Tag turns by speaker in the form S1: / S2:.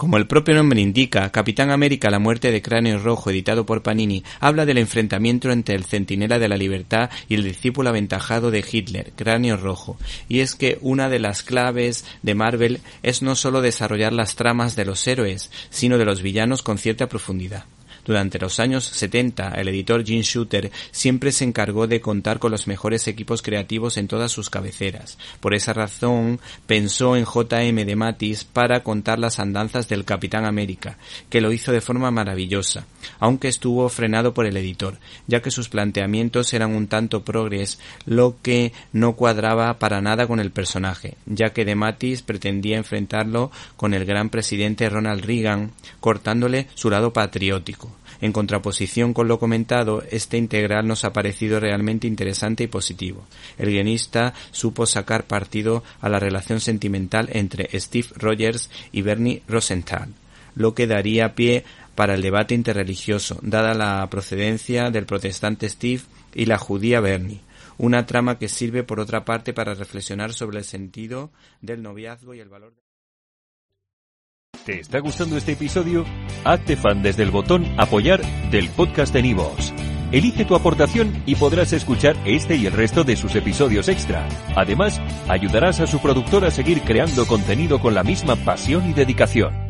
S1: Como el propio nombre indica, Capitán América: La muerte de Cráneo Rojo, editado por Panini, habla del enfrentamiento entre el Centinela de la Libertad y el discípulo aventajado de Hitler, Cráneo Rojo. Y es que una de las claves de Marvel es no solo desarrollar las tramas de los héroes, sino de los villanos con cierta profundidad. Durante los años 70, el editor Jim Shooter siempre se encargó de contar con los mejores equipos creativos en todas sus cabeceras. Por esa razón, pensó en J.M. DeMatteis para contar las andanzas del Capitán América, que lo hizo de forma maravillosa, aunque estuvo frenado por el editor, ya que sus planteamientos eran un tanto progres, lo que no cuadraba para nada con el personaje, ya que DeMatteis pretendía enfrentarlo con el gran presidente Ronald Reagan, cortándole su lado patriótico. En contraposición con lo comentado, este integral nos ha parecido realmente interesante y positivo. El guionista supo sacar partido a la relación sentimental entre Steve Rogers y Bernie Rosenthal, lo que daría pie para el debate interreligioso, dada la procedencia del protestante Steve y la judía Bernie. Una trama que sirve por otra parte para reflexionar sobre el sentido del noviazgo y el valor.
S2: ¿Te está gustando este episodio? Hazte fan desde el botón Apoyar del podcast de Nivos. Elige tu aportación y podrás escuchar este y el resto de sus episodios extra. Además, ayudarás a su productor a seguir creando contenido con la misma pasión y dedicación.